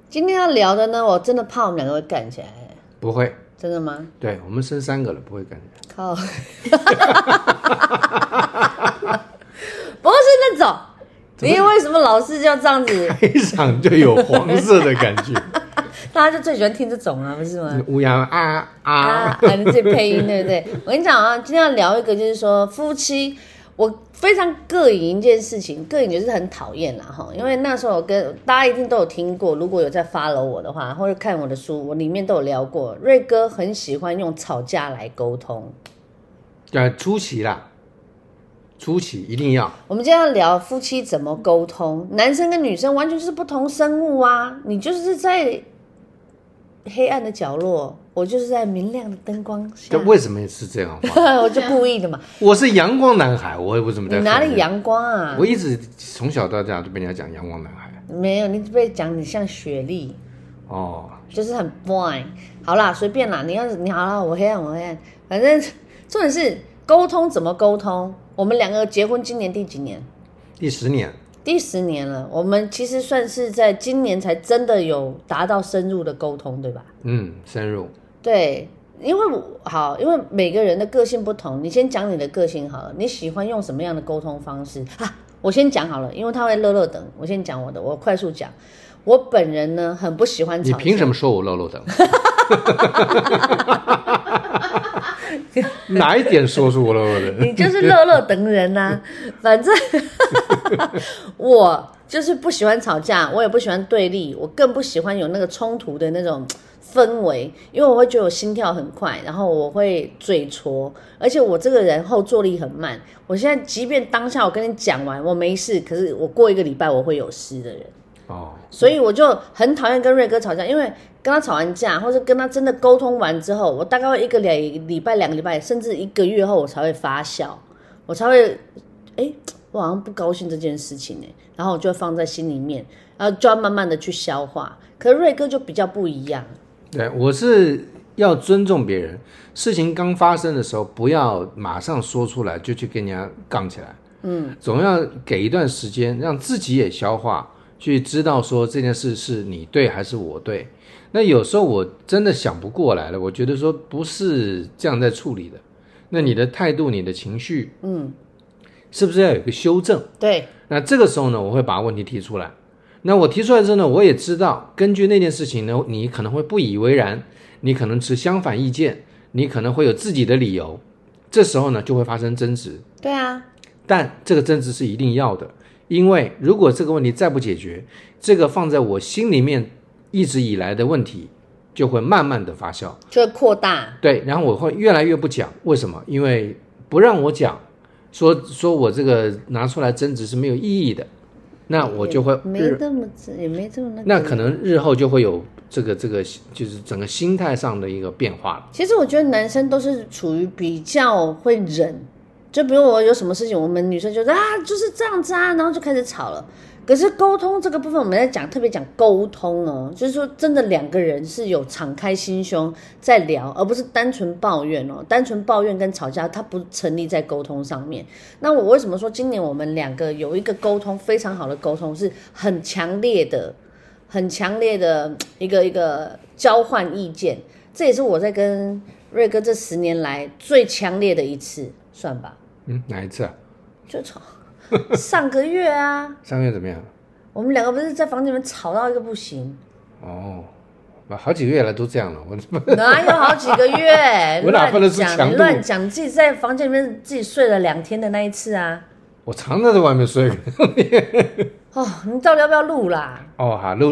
今天要聊的呢，我真的怕我们两个会干起来。 不会。 真的吗？ 对，我们生3个了，不会干起来。 靠。不是那种，你为什么老是要这样子？ 开场就有黄色的感觉。 大家就最喜欢听这种啊，不是吗？ 乌鸦你自己配音对不对？我跟你讲啊，今天要聊一个，就是说夫妻，我非常膈应一件事情，膈应就是很讨厌啦哈。因为那时候我跟大家一定都有听过，如果有在 follow 我的话，或者看我的书，我里面都有聊过，瑞哥很喜欢用吵架来沟通。 初期啦，初期一定要。 我们今天要聊夫妻怎么沟通，男生跟女生完全就是不同生物啊，你就是在黑暗的角落，我就是在明亮的灯光下。 为什么是这样的话？ 我就故意的嘛。 我是阳光男孩，我也不怎么在。 你哪里阳光啊？ 我一直从小到大就被人家讲阳光男孩。 没有，你被讲你像雪莉。 哦， 就是很 boring。好啦，随便啦，你好啦，我黑暗，反正重点是沟通怎么沟通。我们两个结婚今年第几年？ 第10年。 第10年了，我们其实算是在今年才真的有达到深入的沟通，对吧？ 深入。 对，因为每个人的个性不同，你先讲你的个性好了，你喜欢用什么样的沟通方式啊？我先讲好了，因为他会乐等，我先讲我的，我快速讲。我本人呢，很不喜欢吵架。 你凭什么说我乐等？哪一点说出我乐等？ 你就是乐等人啊！反正我就是不喜欢吵架，我也不喜欢对立，我更不喜欢有那个冲突的那种氛围，因为我会觉得我心跳很快，然后我会嘴戳，而且我这个人后坐力很慢。我现在即便当下我跟你讲完我没事，可是我过1个礼拜我会有事的人。所以我就很讨厌跟瑞哥吵架，因为跟他吵完架，或者跟他真的沟通完之后，我大概会1个礼拜、2个礼拜，甚至1个月后，我才会发酵，我才会，我好像不高兴这件事情然后我就会放在心里面，然后就要慢慢的去消化。可是瑞哥就比较不一样。 对，我是要尊重别人，事情刚发生的时候，不要马上说出来就去跟人家杠起来，总要给一段时间，让自己也消化。去知道说这件事是你对还是我对。那有时候我真的想不过来了，我觉得说不是这样在处理的，那你的态度你的情绪是不是要有一个修正？ 对， 那这个时候呢，我会把问题提出来。那我提出来之后呢，我也知道根据那件事情呢，你可能会不以为然，你可能持相反意见，你可能会有自己的理由，这时候呢就会发生争执。 对啊， 但这个争执是一定要的，因为如果这个问题再不解决，这个放在我心里面一直以来的问题就会慢慢的发酵， 就会扩大。 对，然后我会越来越不讲。为什么？因为不让我讲，说我这个拿出来争执是没有意义的，那我就会也没这么那可能日后就会有这个就是整个心态上的一个变化了。 其实我觉得男生都是处于比较会忍，就比如我有什么事情，我们女生就说就是这样子啊，然后就开始吵了。可是沟通这个部分，我们在讲，特别讲沟通哦，就是说真的2个人是有敞开心胸在聊，而不是单纯抱怨哦。单纯抱怨跟吵架，它不成立在沟通上面。那我为什么说今年我们2个有一个沟通非常好的沟通，是很强烈的一个交换意见？这也是我在跟瑞哥这10年来最强烈的一次，算吧。 哪一次啊？ 就吵。上个月啊。 上个月怎么样？ 我们2个不是在房间里面吵到一个不行。 好几个月来都这样了，我哪有好几个月？ 我哪分得出强度？ 你乱讲，你自己在房间里面自己睡了2天的那一次啊。 我常常在外面睡。 你到底要不要录啦？ 好，录。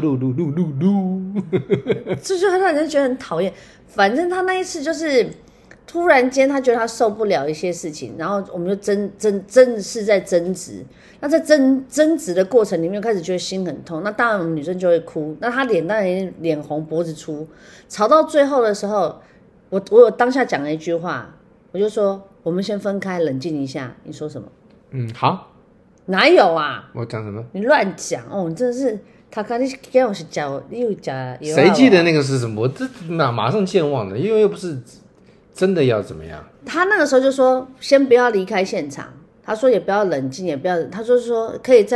这就让人觉得很讨厌。反正他那一次就是突然间他觉得他受不了一些事情，然后我们就真是在争执。那在争执的过程里面，开始觉得心很痛。那当然我们女生就会哭，那他当然脸红脖子粗。吵到最后的时候，我有当下讲了一句话，我就说我们先分开冷静一下。你说什么？ 好。 哪有啊？ 我讲什么？ 你乱讲哦！你真的是他看你给我是讲，你又讲， 谁记得那个是什么？我这马上健忘了，因为又不是真的要怎么样。 他那个时候就说，先不要离开现场。他说也不要冷静，也不要，他就说可以再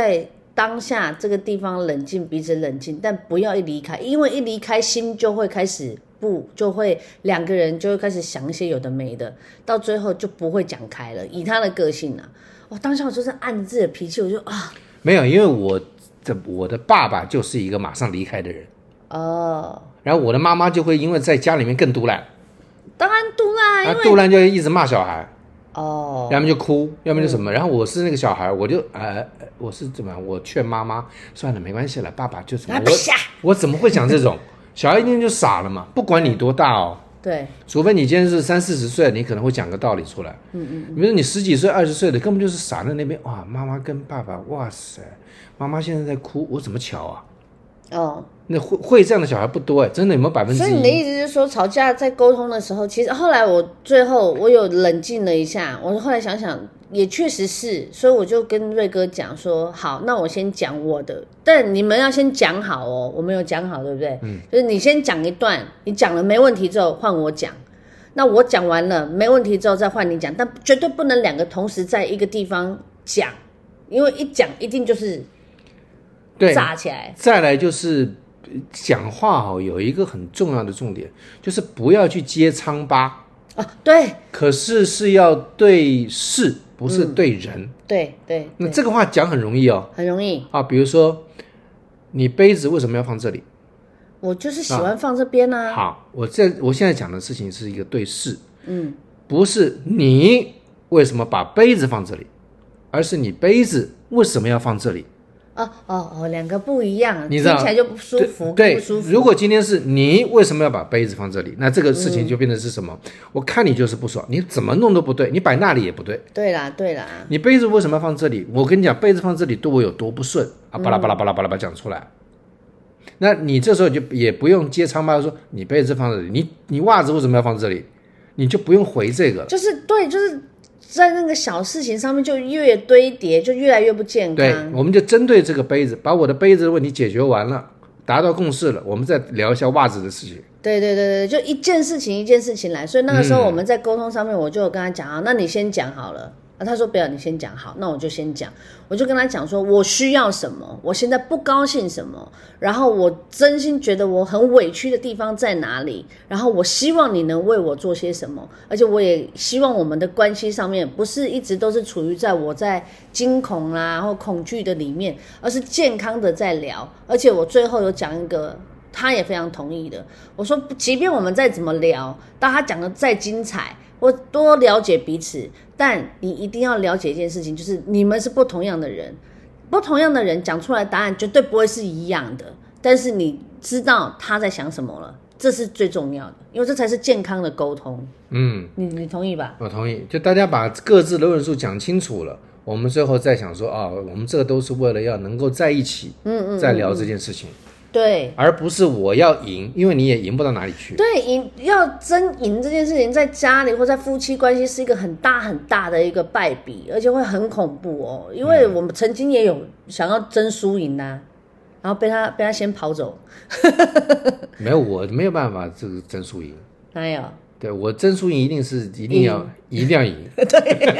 当下这个地方冷静，彼此冷静，但不要一离开，因为一离开心就会开始就会两个人就会开始想一些有的没的，到最后就不会讲开了。以他的个性啊，当下我就是按着自己的脾气，我就没有，因为我的爸爸就是一个马上离开的人然后我的妈妈就会因为在家里面更毒烂， 当然毒烂，因为毒烂就一直骂小孩要么就哭，要么就什么。然后我是那个小孩，我就我是怎么样？我劝妈妈算了，没关系了，爸爸就什么我怎么会讲这种？小孩一定就傻了嘛，不管你多大对， 除非你今天是30-40岁，你可能会讲个道理出来。比如说你10几岁、20岁的，根本就是傻在那边。哇，妈妈跟爸爸，哇塞，妈妈现在在哭，我怎么瞧啊？那会这样的小孩不多真的有没有1%？ 所以你的意思是说，吵架在沟通的时候，其实后来最后我有冷静了一下，我后来想想也确实是，所以我就跟瑞哥讲说，好，那我先讲我的，但你们要先讲好我没有讲好，对不对？就是你先讲一段，你讲了没问题之后换我讲，那我讲完了没问题之后再换你讲，但绝对不能两个同时在一个地方讲，因为一讲一定就是炸起来。 再来就是讲话有一个很重要的重点，就是不要去揭疮疤对， 可是要对事，不是对人。 对， 那这个话讲很容易很容易比如说你杯子为什么要放这里？ 我就是喜欢放这边好，我现在讲的事情是一个对事，不是你为什么把杯子放这里，而是你杯子为什么要放这里。 两个不一样， 你知道听起来就不舒服。 对， 不舒服。 如果今天是你为什么要把杯子放这里，那这个事情就变成是什么？我看你就是不爽，你怎么弄都不对，你摆那里也不对。 对啦， 你杯子为什么要放这里？我跟你讲，杯子放这里对我有多不顺巴拉巴拉巴拉巴拉讲出来。那你这时候就也不用揭疮疤，说你杯子放这里，你袜子为什么要放这里？你就不用回这个了。 就是在那个小事情上面就越堆叠，就越来越不健康。 对，我们就针对这个杯子，把我的杯子的问题解决完了，达到共识了，我们再聊一下袜子的事情。 对，就一件事情一件事情来。所以那个时候我们在沟通上面，我就有跟他讲那你先讲好了。他说不要，你先讲好，那我就先讲。我就跟他讲说我需要什么，我现在不高兴什么，然后我真心觉得我很委屈的地方在哪里，然后我希望你能为我做些什么，而且我也希望我们的关系上面不是一直都是处于在我在惊恐或恐惧的里面，而是健康的在聊。而且我最后有讲一个他也非常同意的，我说即便我们再怎么聊，当他讲的再精彩，我多了解彼此，但你一定要了解一件事情，就是你们是不同样的人，不同样的人讲出来的答案绝对不会是一样的，但是你知道他在想什么了，这是最重要的，因为这才是健康的沟通。你同意吧？ 我同意，就大家把各自的论述讲清楚了，我们最后再想说我们这个都是为了要能够在一起，再聊这件事情。 对， 而不是我要赢，因为你也赢不到哪里去。 对，要争赢这件事情，在家里或在夫妻关系是一个很大很大的一个败笔，而且会很恐怖因为我们曾经也有想要争输赢然后被他先跑走。 没有，我没有办法这个争输赢。 哪有？ 对，我争输赢一定要赢。 对，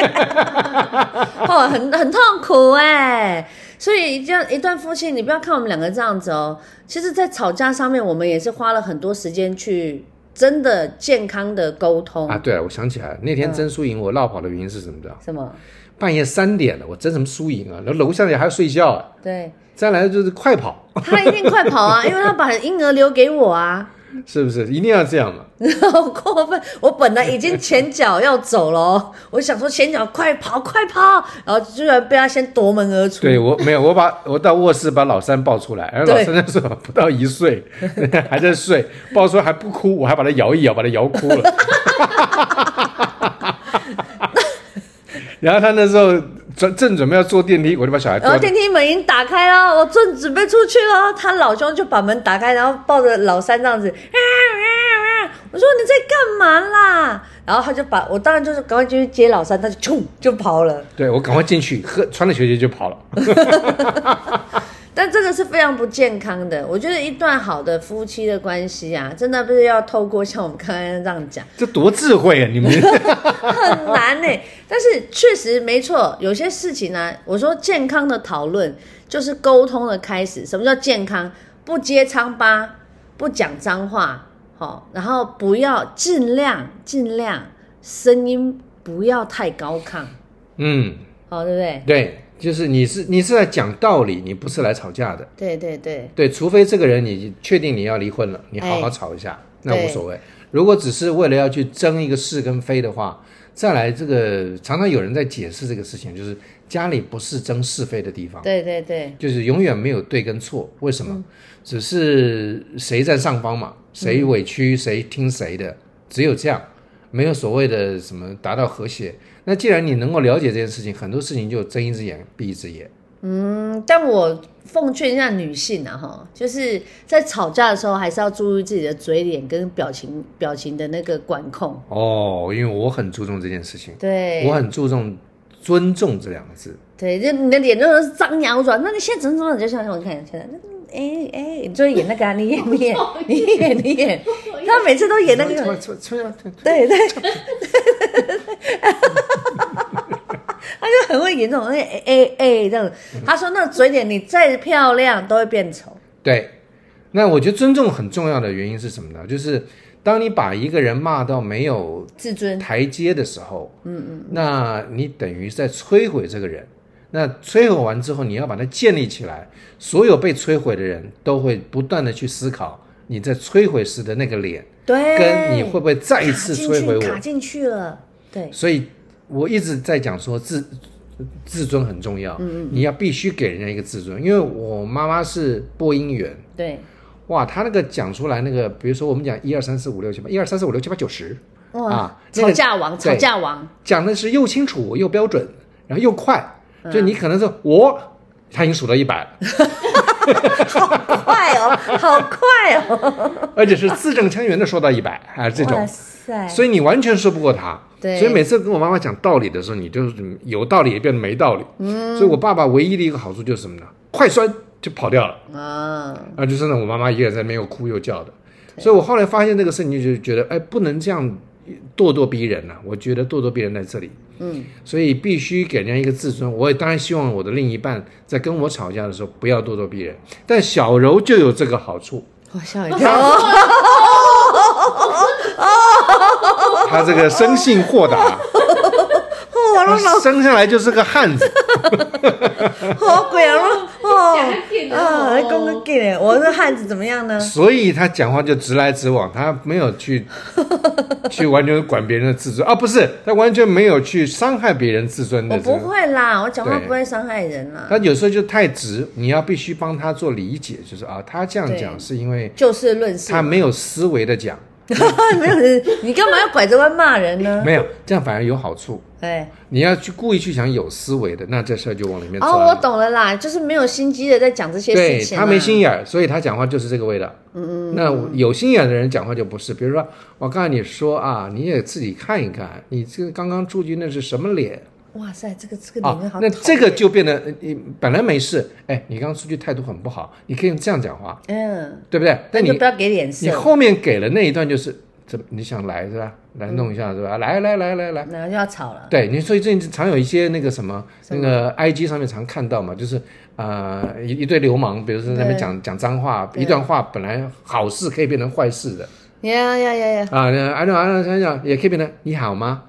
很痛苦所以这样一段夫妻，你不要看我们两个这样子其实在吵架上面我们也是花了很多时间去真的健康的沟通对了，我想起来了，那天争输赢我落跑的原因是什么？ 什么？ 半夜3点了，我争什么输赢啊？然后楼下人还要睡觉对， 再来就是快跑。 他一定快跑因为他把婴儿留给我是不是一定要这样嘛？ 好过分！我本来已经前脚要走了我想说前脚快跑，然后居然被他先夺门而出。 对，我没有，我到卧室把老三抱出来，然后老三那时候不到1岁，还在睡，抱出来还不哭，我还把他摇一摇，把他摇哭了。然后他那时候正准备要坐电梯，我就把小孩然后电梯门已经打开了，我正准备出去了，他老兄就把门打开，然后抱着老三这样子，我说你在干嘛啦？然后他就我当然就是赶快进去接老三，他就冲就跑了。 对，我赶快进去穿了球鞋就跑了。 但这个是非常不健康的。我觉得一段好的夫妻的关系啊，真的不是要透过像我们刚刚这样讲， 这多智慧啊！你们很难欸。但是确实没错，有些事情呢，我说健康的讨论就是沟通的开始。什么叫健康？不揭疮疤，不讲脏话，然后不要尽量声音不要太高亢，对不对？ 对，就是你是在讲道理，你不是来吵架的。 对， 除非这个人你确定你要离婚了，你好好吵一下，那无所谓。如果只是为了要去争一个是跟非的话，再来这个常常有人在解释这个事情，就是家里不是争是非的地方。 对， 就是永远没有对跟错，为什么？只是谁占上方嘛，谁委屈谁听谁的，只有这样，没有所谓的什么达到和谐。那既然你能够了解这件事情，很多事情就睁一只眼闭一只眼。 但我奉劝一下女性啊，就是在吵架的时候，还是要注意自己的嘴脸跟表情的那个管控。 因为我很注重这件事情， 对， 我很注重尊重这两个字。对， 就你的脸就是张牙舞爪，那你现在怎么就像我看现在，你就演那个你演，他每次都演那个，对。他就很会演这种这样子。他说那嘴脸你再漂亮都会变丑。 对，那我觉得尊重很重要的原因是什么呢？就是当你把一个人骂到没有自尊台阶的时候，那你等于在摧毁这个人。那摧毁完之后，你要把它建立起来。所有被摧毁的人都会不断的去思考你在摧毁时的那个脸， 对， 跟你会不会再一次摧毁我， 卡进去了。对， 所以我一直在讲说自尊很重要，你要必须给人家一个自尊。因为我妈妈是播音员， 对， 哇，她那个讲出来那个，比如说我们讲1 2 3 4 5 6 7 8 1 2 3 4 5 6 7 8 9 10 哇，吵架王讲的是又清楚又标准，然后又快，就你可能说他已经数到100了。 好快哦！ 而且是字正腔圆的说到100啊，这种，所以你完全说不过他。 对， 所以每次跟我妈妈讲道理的时候，你就是有道理也变得没道理。所以我爸爸唯一的一个好处就是什么呢？快酸就跑掉了就是呢，我妈妈一个人在那边又哭又叫的。所以我后来发现这个事情，就觉得不能这样咄逼人啊。我觉得咄逼人在这里。所以必须给人家一个自尊。我也当然希望我的另一半在跟我吵架的时候不要咄逼人，但小柔就有这个好处。 我吓一跳， 他这个生性豁达，他生下来就是个汉子。 好贵啊！公个给我是汉子怎么样呢？ 所以他讲话就直来直往，他没有去完全管别人的自尊不是，他完全没有去伤害别人自尊的。 我不会啦，我讲话不会伤害人啦。 他有时候就太直，你要必须帮他做理解，就是他这样讲是因为就事论事， 他没有思维的讲。 没有，你干嘛要拐着弯骂人呢？ 没有，这样反而有好处。你要去故意去想有思维的，那这事就往里面钻。 我懂了啦，就是没有心机的在讲这些事情。 对，他没心眼，所以他讲话就是这个味道。那有心眼的人讲话就不是。比如说，我刚才你说你也自己看一看，你这个刚刚出局那是什么脸？ 哇塞，这个脸好。 那这个就变得你本来没事，你刚刚出去态度很不好，你可以这样讲话，对不对？但你就不要给脸色。 你后面给了那一段就是你想来是吧？来弄一下是吧？来， 然后就要吵了。 对，所以最近常有一些那个什么那个 IG 上面常看到嘛，就是一对流氓，比如说在那边讲脏话，一段话本来好事可以变成坏事的。 呀也可以变成你好吗？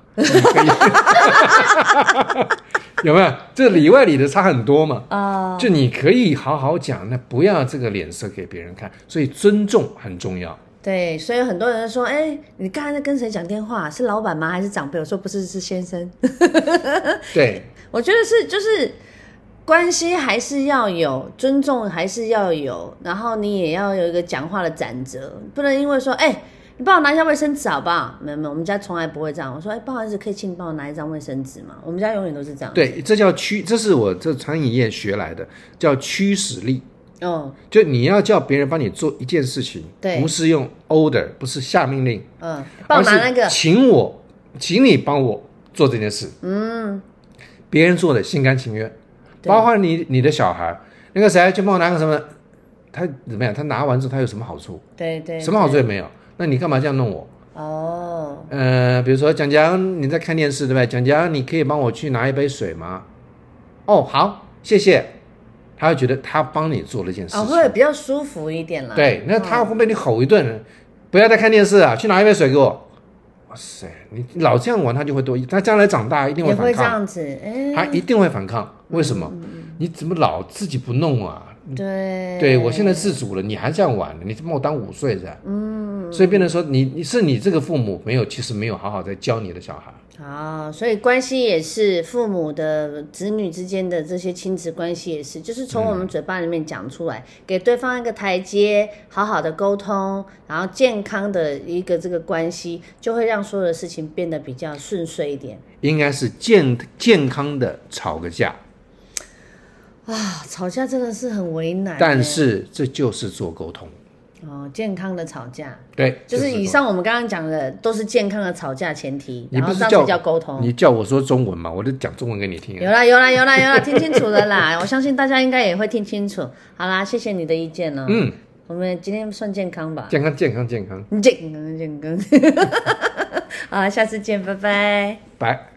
有没有？这里外里的差很多嘛。就你可以好好讲，那不要这个脸色给别人看，所以尊重很重要。 对，所以很多人说，你刚才在跟谁讲电话？是老板吗？还是长辈？我说不是，是先生。 对， 我觉得就是关系还是要有，尊重还是要有，然后你也要有一个讲话的斩则，不能因为说，你帮我拿一下卫生纸好不好？没有，我们家从来不会这样。我说，不好意思，可以请你帮我拿一张卫生纸吗？我们家永远都是这样。 对，这是我这餐饮业学来的，叫驱使力。就你要叫别人帮你做一件事情，不是用 order， 不是下命令， 帮我拿那个， 请你帮我做这件事，别人做的心甘情愿，包括你的小孩， 那个谁去帮我拿个什么，他怎么样？他拿完之后他有什么好处？ 对对， 什么好处也没有。那你干嘛这样弄我？ 哦， 比如说蒋蒋你在看电视对不对？蒋蒋你可以帮我去拿一杯水吗？哦，好，谢谢。他会觉得他帮你做了一件事情， 会比较舒服一点啦。 对，那他会被你吼一顿，不要再看电视啊，去拿一杯水给我。哇塞，你老这样玩，他就会多，他将来长大一定会反抗， 也会这样子， 他一定会反抗。为什么？你怎么老自己不弄啊？ 对， 我现在自主了，你还这样玩，你把我当午睡是吧？所以变成说你是你这个父母其实没有好好在教你的小孩。 所以关系也是父母的子女之间的这些亲子关系也是，就是从我们嘴巴里面讲出来，给对方一个台阶，好好的沟通，然后健康的一个这个关系，就会让所有的事情变得比较顺遂一点。 应该是健康的吵个架吵架真的是很为难， 但是这就是做沟通。 健康的吵架， 对， 就是以上我们刚刚讲的都是健康的吵架前提， 你不是叫沟通。 你叫我说中文嘛，我就讲中文给你听。 有啦，听清楚了啦，我相信大家应该也会听清楚。好啦，谢谢你的意见哦。我们今天算健康吧？健康。 好， 下次见，拜拜。 拜。